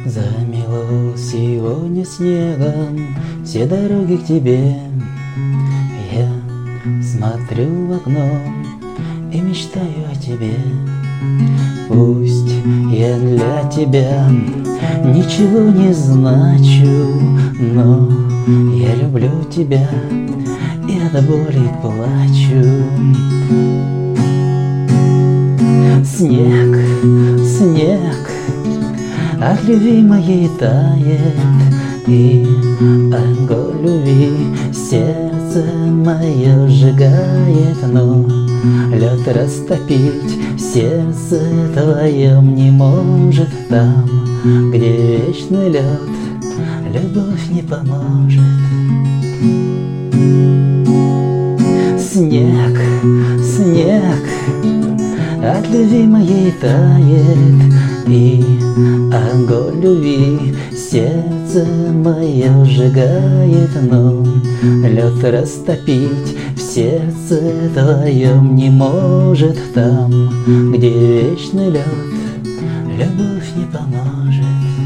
Замело сегодня снегом все дороги к тебе. Я смотрю в окно и мечтаю о тебе. Пусть я для тебя ничего не значу, но я люблю тебя и от боли плачу. Снег, снег от любви моей тает, и огонь любви сердце мое сжигает, но лед растопить в сердце твоем не может. Там, где вечный лед, любовь не поможет. Снег, снег от любви моей тает, и огонь любви сердце мое сжигает, но лед растопить в сердце твоем не может. Там, где вечный лед, любовь не поможет.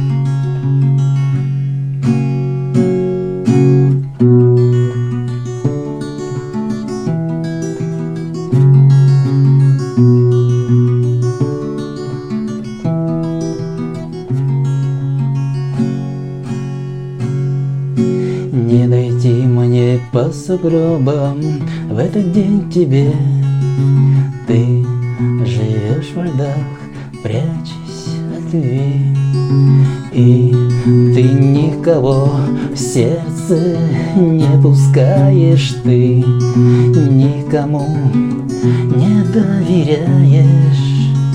Не дойти мне по сугробам в этот день к тебе. Ты живешь во льдах, прячась от любви, и ты никого в сердце не пускаешь, ты никому не доверяешь.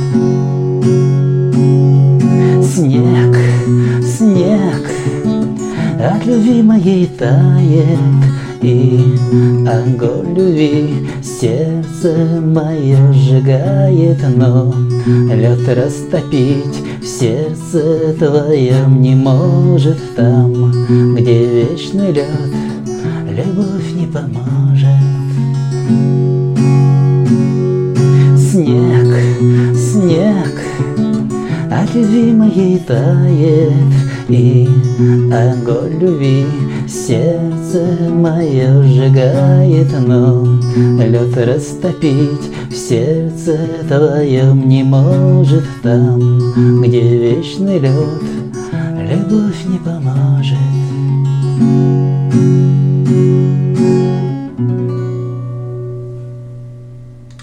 Снег, снег от любви моей тает, и огонь любви сердце мое сжигает, но лед растопить в сердце твоем не может. Там, где вечный лед, любовь не поможет. Снег, снег от любви моей тает, и огонь любви сердце мое сжигает, но лед растопить в сердце твоем не может. Там, где вечный лед, любовь не поможет.